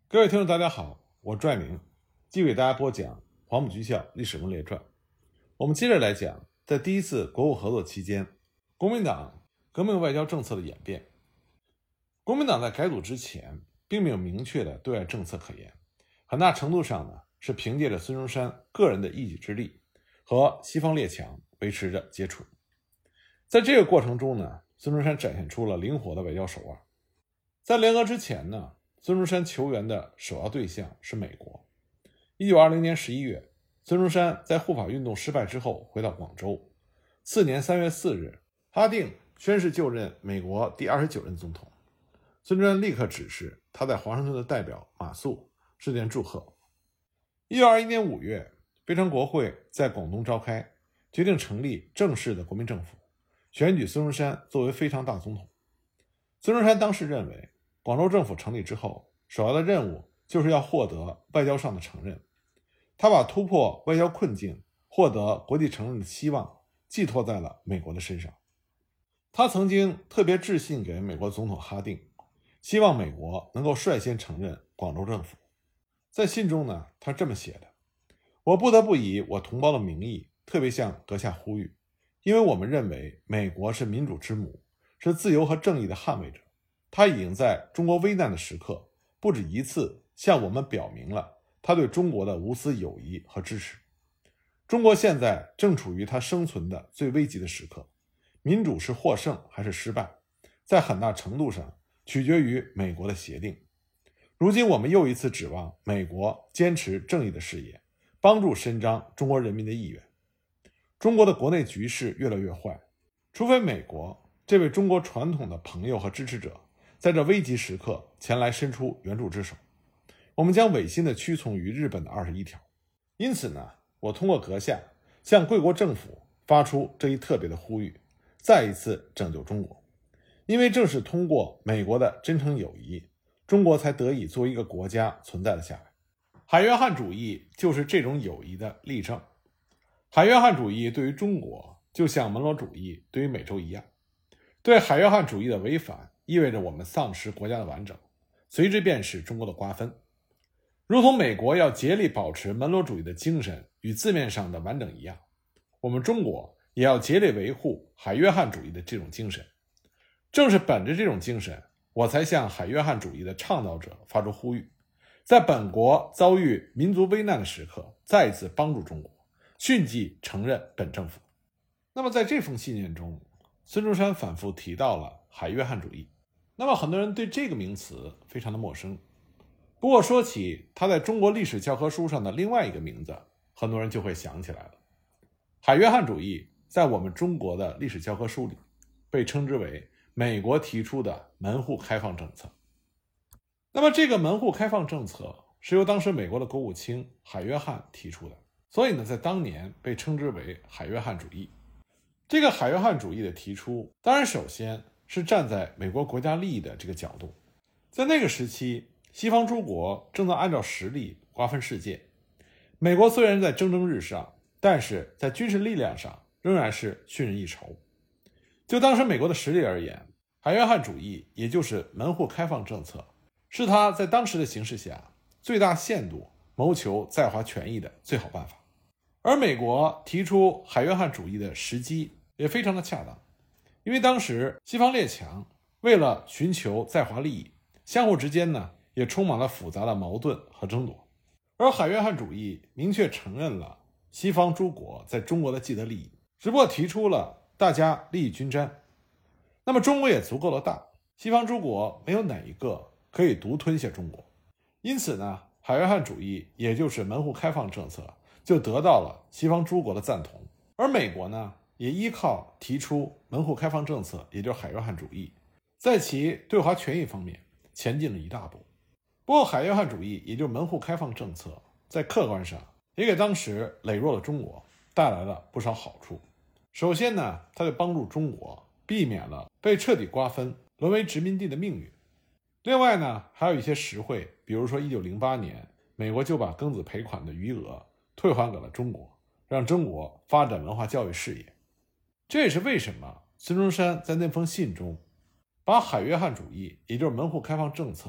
各位听众大家好，我拽明继续给大家播讲黄埔军校历史人物列传。我们接着来讲在第一次国务合作期间国民党革命外交政策的演变。国民党在改组之前并没有明确的对外政策可言，很大程度上呢是凭借着孙中山个人的一己之力和西方列强维持着接触。在这个过程中呢，孙中山展现出了灵活的外交手腕。在联俄之前呢，孙中山求援的首要对象是美国。1920年11月，孙中山在护法运动失败之后回到广州。次年3月4日，哈定宣誓就任美国第29任总统。孙中山立刻指示他在华盛顿的代表马谡致电祝贺。1921年5月，北城国会在广东召开，决定成立正式的国民政府，选举孙中山作为非常大总统。孙中山当时认为，广州政府成立之后，首要的任务就是要获得外交上的承认。他把突破外交困境、获得国际承认的希望寄托在了美国的身上。他曾经特别致信给美国总统哈定，希望美国能够率先承认广州政府。在信中呢，他这么写的：我不得不以我同胞的名义特别向阁下呼吁，因为我们认为美国是民主之母，是自由和正义的捍卫者。他已经在中国危难的时刻不止一次向我们表明了他对中国的无私友谊和支持。中国现在正处于他生存的最危急的时刻，民主是获胜还是失败，在很大程度上取决于美国的协定。如今我们又一次指望美国坚持正义的事业，帮助伸张中国人民的意愿。中国的国内局势越来越坏，除非美国这位中国传统的朋友和支持者在这危急时刻前来伸出援助之手，我们将违心的屈从于日本的21条。因此呢，我通过阁下向贵国政府发出这一特别的呼吁，再一次拯救中国。因为正是通过美国的真诚友谊，中国才得以作为一个国家存在了下来。海约翰主义就是这种友谊的例证。海约翰主义对于中国就像门罗主义对于美洲一样，对海约翰主义的违反意味着我们丧失国家的完整，随之便是中国的瓜分。如同美国要竭力保持门罗主义的精神与字面上的完整一样，我们中国也要竭力维护海约翰主义的这种精神。正是本着这种精神，我才向海约翰主义的倡导者发出呼吁，在本国遭遇民族危难的时刻，再一次帮助中国，迅即承认本政府。那么在这封信件中，孙中山反复提到了海约翰主义。那么很多人对这个名词非常的陌生，不过说起他在中国历史教科书上的另外一个名字，很多人就会想起来了。海约翰主义在我们中国的历史教科书里被称之为美国提出的门户开放政策。那么这个门户开放政策是由当时美国的国务卿海约翰提出的，所以呢，在当年被称之为海约翰主义。这个海约翰主义的提出，当然首先是站在美国国家利益的这个角度。在那个时期，西方诸国正在按照实力瓜分世界。美国虽然在蒸蒸日上，但是在军事力量上仍然是逊人一筹。就当时美国的实力而言，海约翰主义也就是门户开放政策，是他在当时的形势下最大限度谋求在华权益的最好办法。而美国提出海约翰主义的时机也非常的恰当，因为当时西方列强为了寻求在华利益，相互之间呢也充满了复杂的矛盾和争夺。而海约翰主义明确承认了西方诸国在中国的既得利益，只不过提出了大家利益均沾。那么中国也足够的大，西方诸国没有哪一个可以独吞下中国，因此呢，海约翰主义也就是门户开放政策就得到了西方诸国的赞同。而美国呢，也依靠提出门户开放政策，也就是海约翰主义，在其对华权益方面前进了一大步。不过海约翰主义也就是门户开放政策，在客观上也给当时羸弱的中国带来了不少好处。首先呢，它就帮助中国避免了被彻底瓜分沦为殖民地的命运。另外呢，还有一些实惠，比如说1908年美国就把庚子赔款的余额退还给了中国，让中国发展文化教育事业。这也是为什么孙中山在那封信中把海约翰主义，也就是门户开放政策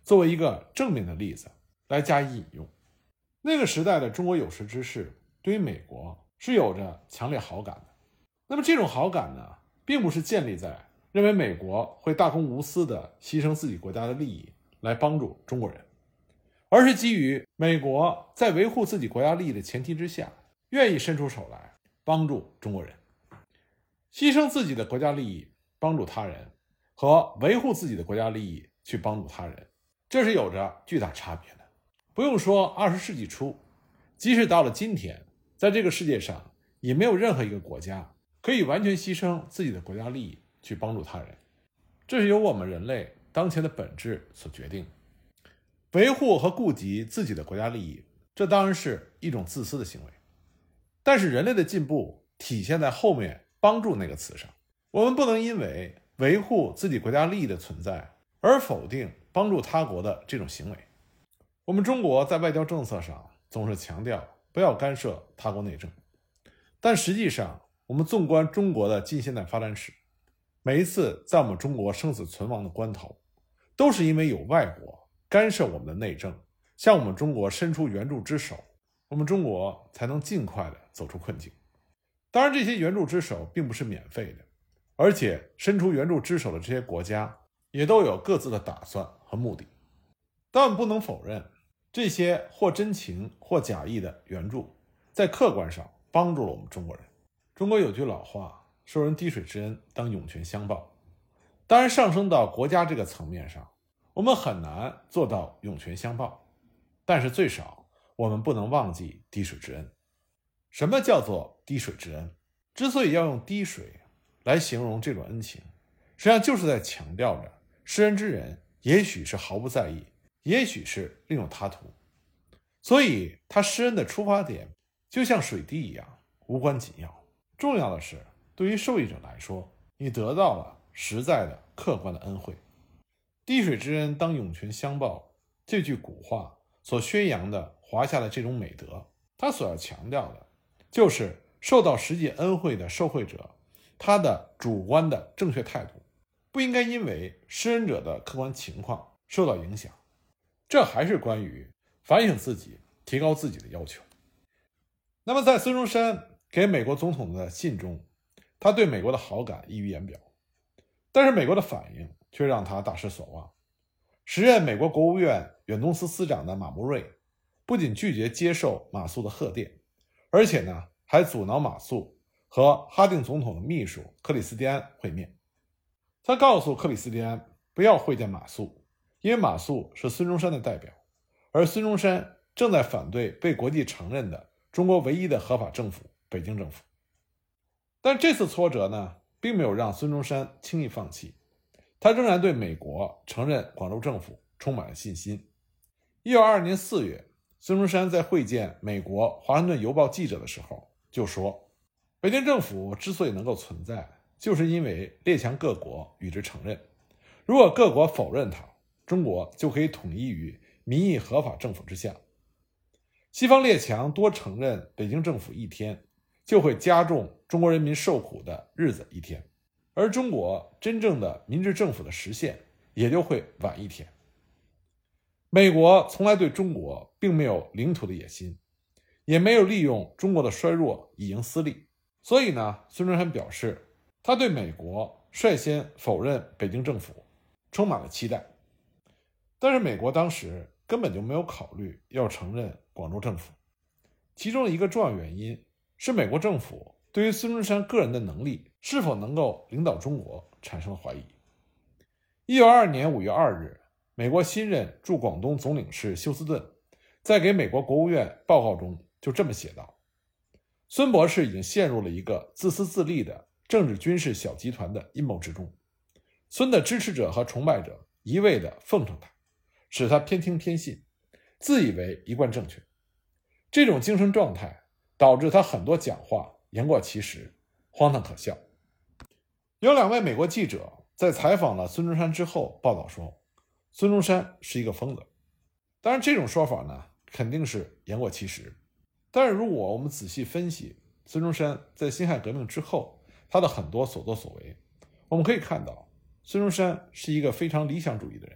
作为一个正面的例子来加以引用。那个时代的中国有识之士对于美国是有着强烈好感的。那么这种好感呢，并不是建立在认为美国会大公无私地牺牲自己国家的利益来帮助中国人，而是基于美国在维护自己国家利益的前提之下，愿意伸出手来帮助中国人。牺牲自己的国家利益帮助他人和维护自己的国家利益去帮助他人，这是有着巨大差别的。不用说20世纪初，即使到了今天，在这个世界上也没有任何一个国家可以完全牺牲自己的国家利益去帮助他人，这是由我们人类当前的本质所决定的。维护和顾及自己的国家利益，这当然是一种自私的行为，但是人类的进步体现在后面帮助那个词上。我们不能因为维护自己国家利益的存在而否定帮助他国的这种行为。我们中国在外交政策上总是强调不要干涉他国内政，但实际上我们纵观中国的近现代发展史，每一次在我们中国生死存亡的关头，都是因为有外国干涉我们的内政，向我们中国伸出援助之手，我们中国才能尽快的走出困境。当然，这些援助之手并不是免费的，而且伸出援助之手的这些国家也都有各自的打算和目的。但我们不能否认，这些或真情或假意的援助在客观上帮助了我们中国人。中国有句老话，受人滴水之恩当涌泉相报。当然，上升到国家这个层面上，我们很难做到涌泉相报，但是最少我们不能忘记滴水之恩。什么叫做滴水之恩？之所以要用滴水来形容这种恩情，实际上就是在强调着施恩之人也许是毫不在意，也许是另有他图，所以他施恩的出发点就像水滴一样无关紧要。重要的是，对于受益者来说，你得到了实在的客观的恩惠。滴水之恩当涌泉相报，这句古话所宣扬的华夏的这种美德，他所要强调的就是受到实际恩惠的受惠者，他的主观的正确态度不应该因为施恩者的客观情况受到影响。这还是关于反省自己、提高自己的要求。那么在孙中山给美国总统的信中，他对美国的好感溢于言表，但是美国的反应却让他大失所望。时任美国国务院远东司司长的马慕瑞不仅拒绝接受马谡的贺电，而且呢还阻挠马谡和哈定总统的秘书克里斯蒂安会面。他告诉克里斯蒂安不要会见马谡，因为马谡是孙中山的代表，而孙中山正在反对被国际承认的中国唯一的合法政府北京政府。但这次挫折呢，并没有让孙中山轻易放弃，他仍然对美国承认广州政府充满了信心。1922年4月，孙中山在会见美国华盛顿邮报记者的时候就说，北京政府之所以能够存在，就是因为列强各国与之承认，如果各国否认它，中国就可以统一于民意合法政府之下。西方列强多承认北京政府一天，就会加重中国人民受苦的日子一天，而中国真正的民治政府的实现也就会晚一天。美国从来对中国并没有领土的野心，也没有利用中国的衰弱以赢私利，所以呢，孙中山表示他对美国率先否认北京政府充满了期待。但是美国当时根本就没有考虑要承认广州政府，其中的一个重要原因是美国政府对于孙中山个人的能力是否能够领导中国产生了怀疑。1922年5月2日，美国新任驻广东总领事休斯顿在给美国国务院报告中就这么写道，孙博士已经陷入了一个自私自利的政治军事小集团的阴谋之中，孙的支持者和崇拜者一味地奉承他，使他偏听偏信，自以为一贯正确。这种精神状态导致他很多讲话言过其实，荒唐可笑。有2位美国记者在采访了孙中山之后报道说，孙中山是一个疯子。当然这种说法呢，肯定是言过其实，但是如果我们仔细分析孙中山在辛亥革命之后他的很多所作所为，我们可以看到孙中山是一个非常理想主义的人。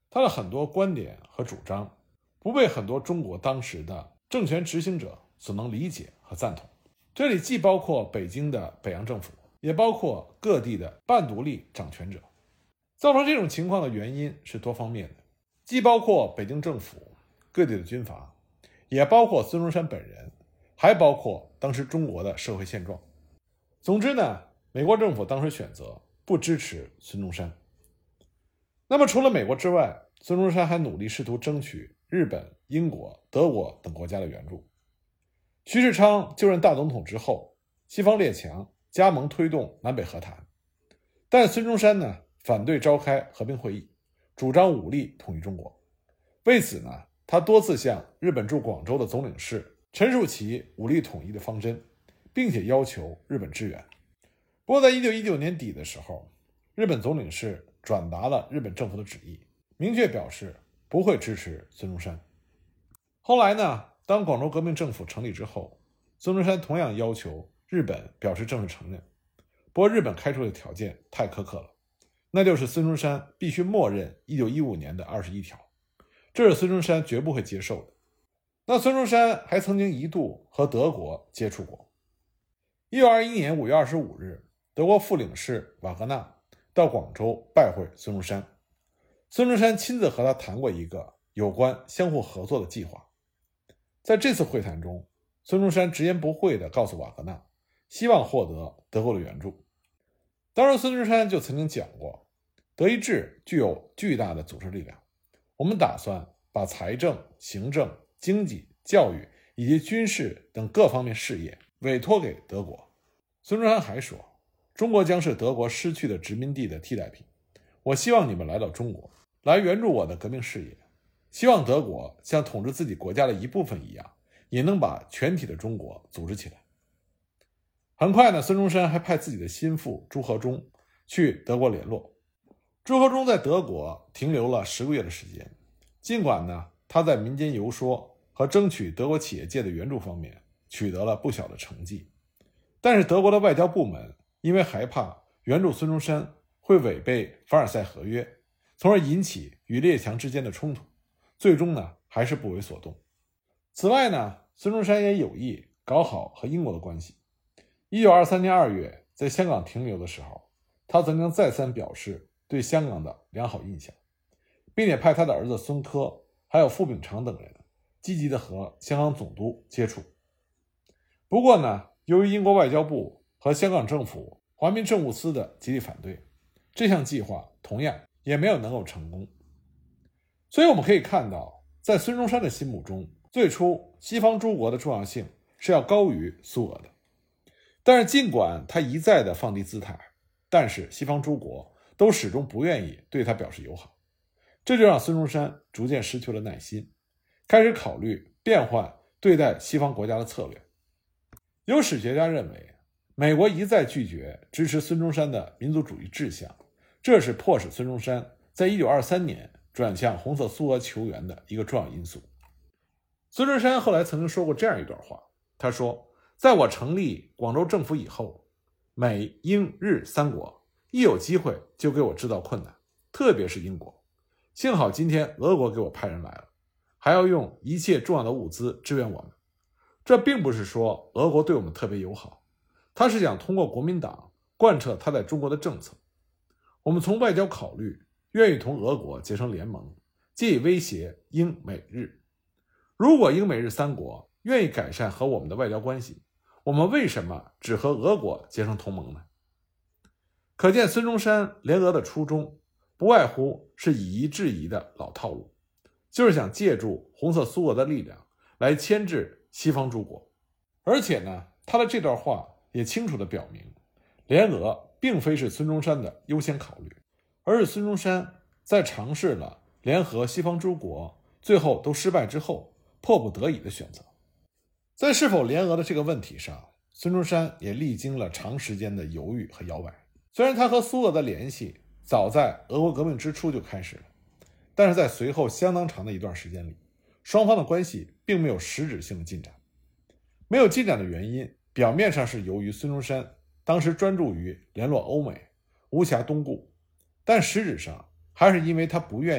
他的很多观点和主张不被很多中国当时的政权执行者所能理解和赞同。这里既包括北京的北洋政府，也包括各地的半独立掌权者。造成这种情况的原因是多方面的，既包括北京政府、各地的军阀，也包括孙中山本人，还包括当时中国的社会现状。总之呢，美国政府当时选择不支持孙中山。那么除了美国之外，孙中山还努力试图争取日本、英国、德国等国家的援助。徐世昌就任大总统之后，西方列强加盟推动南北和谈，但孙中山呢反对召开和平会议，主张武力统一中国。为此呢，他多次向日本驻广州的总领事陈述其武力统一的方针，并且要求日本支援。不过在1919年底的时候，日本总领事转达了日本政府的旨意，明确表示不会支持孙中山。后来呢，当广州革命政府成立之后，孙中山同样要求日本表示正式承认，不过日本开出的条件太苛刻了，那就是孙中山必须默认1915年的21条，这是孙中山绝不会接受的。那孙中山还曾经一度和德国接触过。1921年5月25日，德国副领事瓦格纳到广州拜会孙中山，孙中山亲自和他谈过一个有关相互合作的计划。在这次会谈中，孙中山直言不讳地告诉瓦格纳，希望获得德国的援助。当时孙中山就曾经讲过，德意志具有巨大的组织力量，我们打算把财政、行政、经济、教育以及军事等各方面事业委托给德国。孙中山还说，中国将是德国失去的殖民地的替代品，我希望你们来到中国，来援助我的革命事业，希望德国像统治自己国家的一部分一样，也能把全体的中国组织起来。很快呢，孙中山还派自己的心腹朱和忠去德国联络。朱和忠在德国停留了10个月的时间，尽管呢他在民间游说和争取德国企业界的援助方面取得了不小的成绩，但是德国的外交部门因为害怕援助孙中山会违背凡尔赛合约，从而引起与列强之间的冲突，最终呢还是不为所动。此外呢，孙中山也有意搞好和英国的关系。1923年2月在香港停留的时候，他曾经再三表示对香港的良好印象，并且派他的儿子孙科还有傅秉常等人积极地和香港总督接触。不过呢，由于英国外交部和香港政府华民政务司的极力反对，这项计划同样也没有能够成功。所以我们可以看到，在孙中山的心目中，最初西方诸国的重要性是要高于苏俄的。但是尽管他一再的放低姿态，但是西方诸国都始终不愿意对他表示友好，这就让孙中山逐渐失去了耐心，开始考虑变换对待西方国家的策略。有史学家认为，美国一再拒绝支持孙中山的民族主义志向，这是迫使孙中山在1923年转向红色苏俄求援的一个重要因素。孙中山后来曾经说过这样一段话，他说，在我成立广州政府以后，美、英、日三国一有机会就给我制造困难，特别是英国。幸好今天俄国给我派人来了，还要用一切重要的物资支援我们。这并不是说俄国对我们特别友好，他是想通过国民党贯彻他在中国的政策。我们从外交考虑，愿意同俄国结成联盟，借以威胁英、美、日。如果英、美、日三国愿意改善和我们的外交关系，我们为什么只和俄国结成同盟呢？可见孙中山联俄的初衷不外乎是以夷制夷的老套路，就是想借助红色苏俄的力量来牵制西方诸国。而且呢，他的这段话也清楚地表明，联俄并非是孙中山的优先考虑，而是孙中山在尝试了联合西方诸国最后都失败之后迫不得已的选择。在是否联俄的这个问题上，孙中山也历经了长时间的犹豫和摇摆。虽然他和苏俄的联系早在俄国革命之初就开始了，但是在随后相当长的一段时间里，双方的关系并没有实质性的进展。没有进展的原因，表面上是由于孙中山当时专注于联络欧美，无暇东顾，但实质上还是因为他不愿意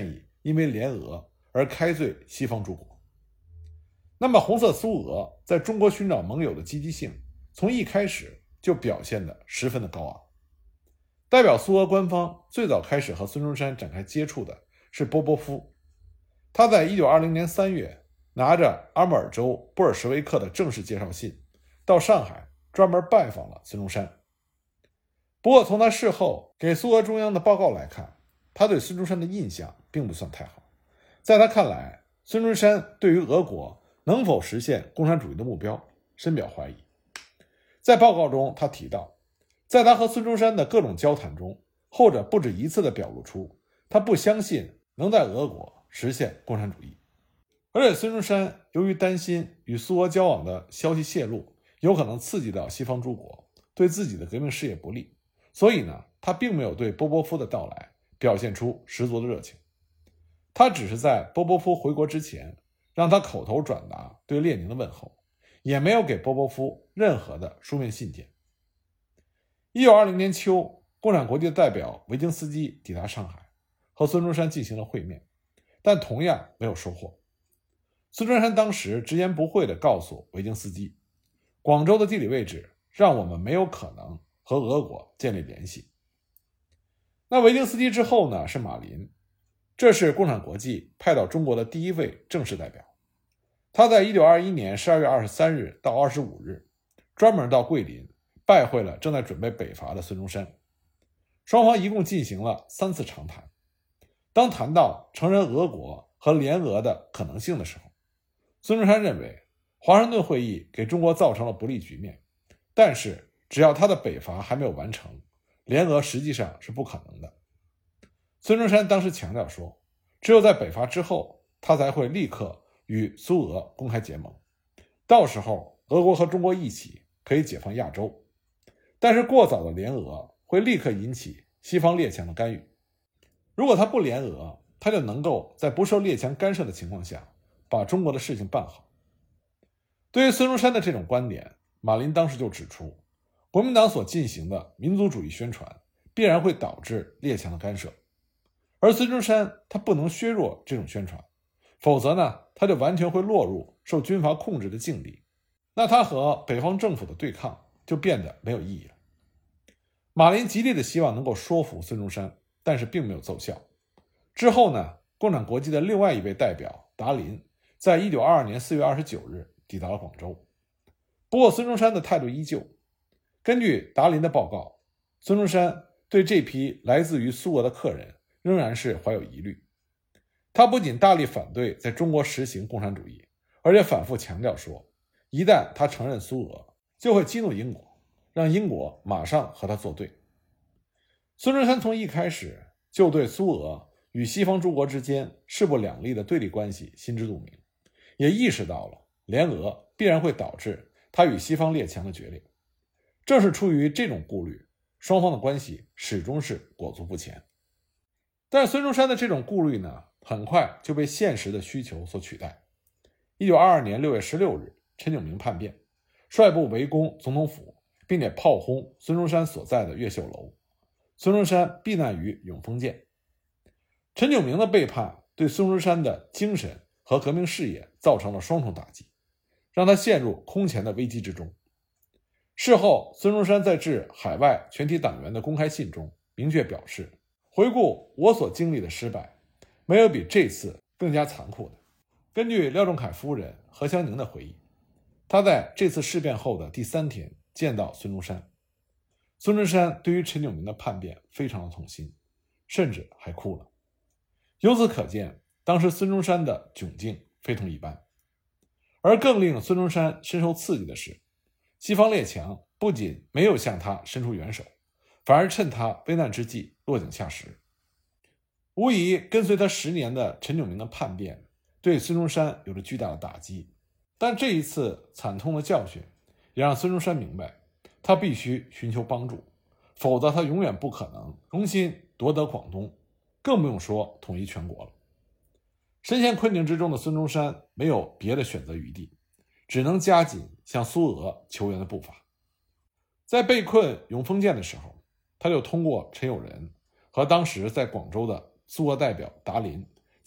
因为联俄而开罪西方诸国。那么红色苏俄在中国寻找盟友的积极性从一开始就表现得十分的高昂。代表苏俄官方最早开始和孙中山展开接触的是波波夫，他在1920年3月拿着阿穆尔州布尔什维克的正式介绍信到上海专门拜访了孙中山。不过从他事后给苏俄中央的报告来看，他对孙中山的印象并不算太好。在他看来，孙中山对于俄国能否实现共产主义的目标深表怀疑。在报告中他提到，在他和孙中山的各种交谈中，后者不止一次地表露出他不相信能在俄国实现共产主义。而且孙中山由于担心与苏俄交往的消息泄露有可能刺激到西方诸国，对自己的革命事业不利，所以呢，他并没有对波波夫的到来表现出十足的热情。他只是在波波夫回国之前让他口头转达对列宁的问候，也没有给波波夫任何的书面信件。1920年秋，共产国际的代表维京斯基抵达上海，和孙中山进行了会面，但同样没有收获。孙中山当时直言不讳地告诉维京斯基，广州的地理位置让我们没有可能和俄国建立联系。那维京斯基之后呢，是马林，这是共产国际派到中国的第一位正式代表。他在1921年12月23日到25日专门到桂林拜会了正在准备北伐的孙中山，双方一共进行了3次长谈。当谈到承认俄国和联俄的可能性的时候，孙中山认为华盛顿会议给中国造成了不利局面，但是只要他的北伐还没有完成，联俄实际上是不可能的。孙中山当时强调说，只有在北伐之后，他才会立刻与苏俄公开结盟，到时候俄国和中国一起可以解放亚洲。但是过早的联俄会立刻引起西方列强的干预，如果他不联俄，他就能够在不受列强干涉的情况下把中国的事情办好。对于孙中山的这种观点，马林当时就指出，国民党所进行的民族主义宣传必然会导致列强的干涉，而孙中山他不能削弱这种宣传，否则呢，他就完全会落入受军阀控制的境地，那他和北方政府的对抗就变得没有意义了。马林极力的希望能够说服孙中山，但是并没有奏效。之后呢，共产国际的另外一位代表达林在1922年4月29日抵达了广州。不过孙中山的态度依旧。根据达林的报告，孙中山对这批来自于苏俄的客人仍然是怀有疑虑。他不仅大力反对在中国实行共产主义，而且反复强调说，一旦他承认苏俄，就会激怒英国，让英国马上和他作对。孙中山从一开始就对苏俄与西方诸国之间势不两立的对立关系心知肚明，也意识到了联俄必然会导致他与西方列强的决裂。正是出于这种顾虑，双方的关系始终是裹足不前。但是孙中山的这种顾虑呢，很快就被现实的需求所取代。1922年6月16日，陈炯明叛变，率部围攻总统府，并且炮轰孙中山所在的越秀楼。孙中山避难于永丰舰。陈炯明的背叛对孙中山的精神和革命事业造成了双重打击，让他陷入空前的危机之中。事后，孙中山在致海外全体党员的公开信中明确表示，回顾我所经历的失败，没有比这次更加残酷的。根据廖仲恺夫人何香凝的回忆，他在这次事变后的第3天见到孙中山，孙中山对于陈炯明的叛变非常的痛心，甚至还哭了。由此可见，当时孙中山的窘境非同一般。而更令孙中山深受刺激的是，西方列强不仅没有向他伸出援手，反而趁他危难之际落井下石。无疑跟随他10年的陈炯明的叛变对孙中山有着巨大的打击，但这一次惨痛的教训也让孙中山明白，他必须寻求帮助，否则他永远不可能重新夺得广东，更不用说统一全国了。深陷困境之中的孙中山没有别的选择余地，只能加紧向苏俄求援的步伐。在被困永丰舰的时候，他就通过陈友仁和当时在广州的苏俄代表达林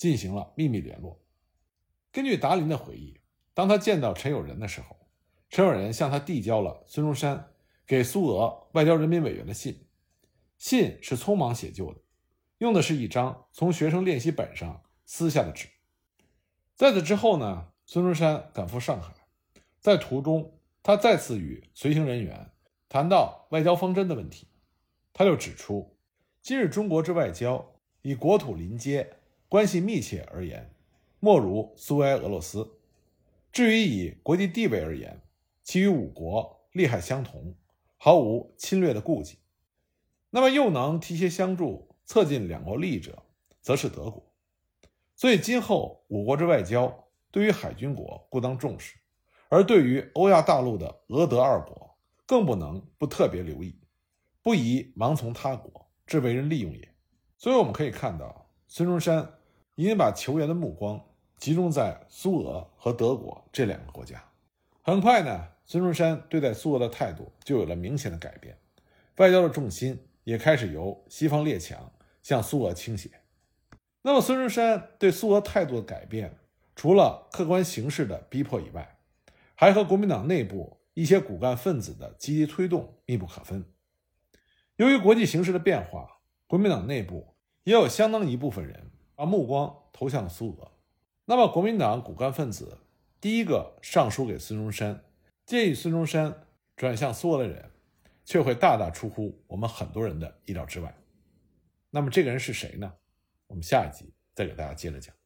进行了秘密联络。根据达林的回忆，当他见到陈友仁的时候，陈友仁向他递交了孙中山给苏俄外交人民委员的信，信是匆忙写就的，用的是一张从学生练习本上撕下的纸。在此之后呢，孙中山赶赴上海，在途中他再次与随行人员谈到外交方针的问题，他就指出，今日中国之外交，以国土邻接、关系密切而言，莫如苏维埃俄罗斯。至于以国际地位而言，其余五国利害相同，毫无侵略的顾忌。那么又能提携相助，策进两国利益者，则是德国。所以今后五国之外交，对于海军国固当重视，而对于欧亚大陆的俄德二国，更不能不特别留意，不宜盲从他国，致为人利用也。所以我们可以看到，孙中山已经把球员的目光集中在苏俄和德国这两个国家。很快呢，孙中山对待苏俄的态度就有了明显的改变，外交的重心也开始由西方列强向苏俄倾斜。那么孙中山对苏俄态度的改变，除了客观形势的逼迫以外，还和国民党内部一些骨干分子的积极推动密不可分。由于国际形势的变化，国民党内部也有相当一部分人把目光投向了苏俄。那么国民党骨干分子第一个上书给孙中山，建议孙中山转向苏俄的人，却会大大出乎我们很多人的意料之外。那么这个人是谁呢？我们下一集再给大家接着讲。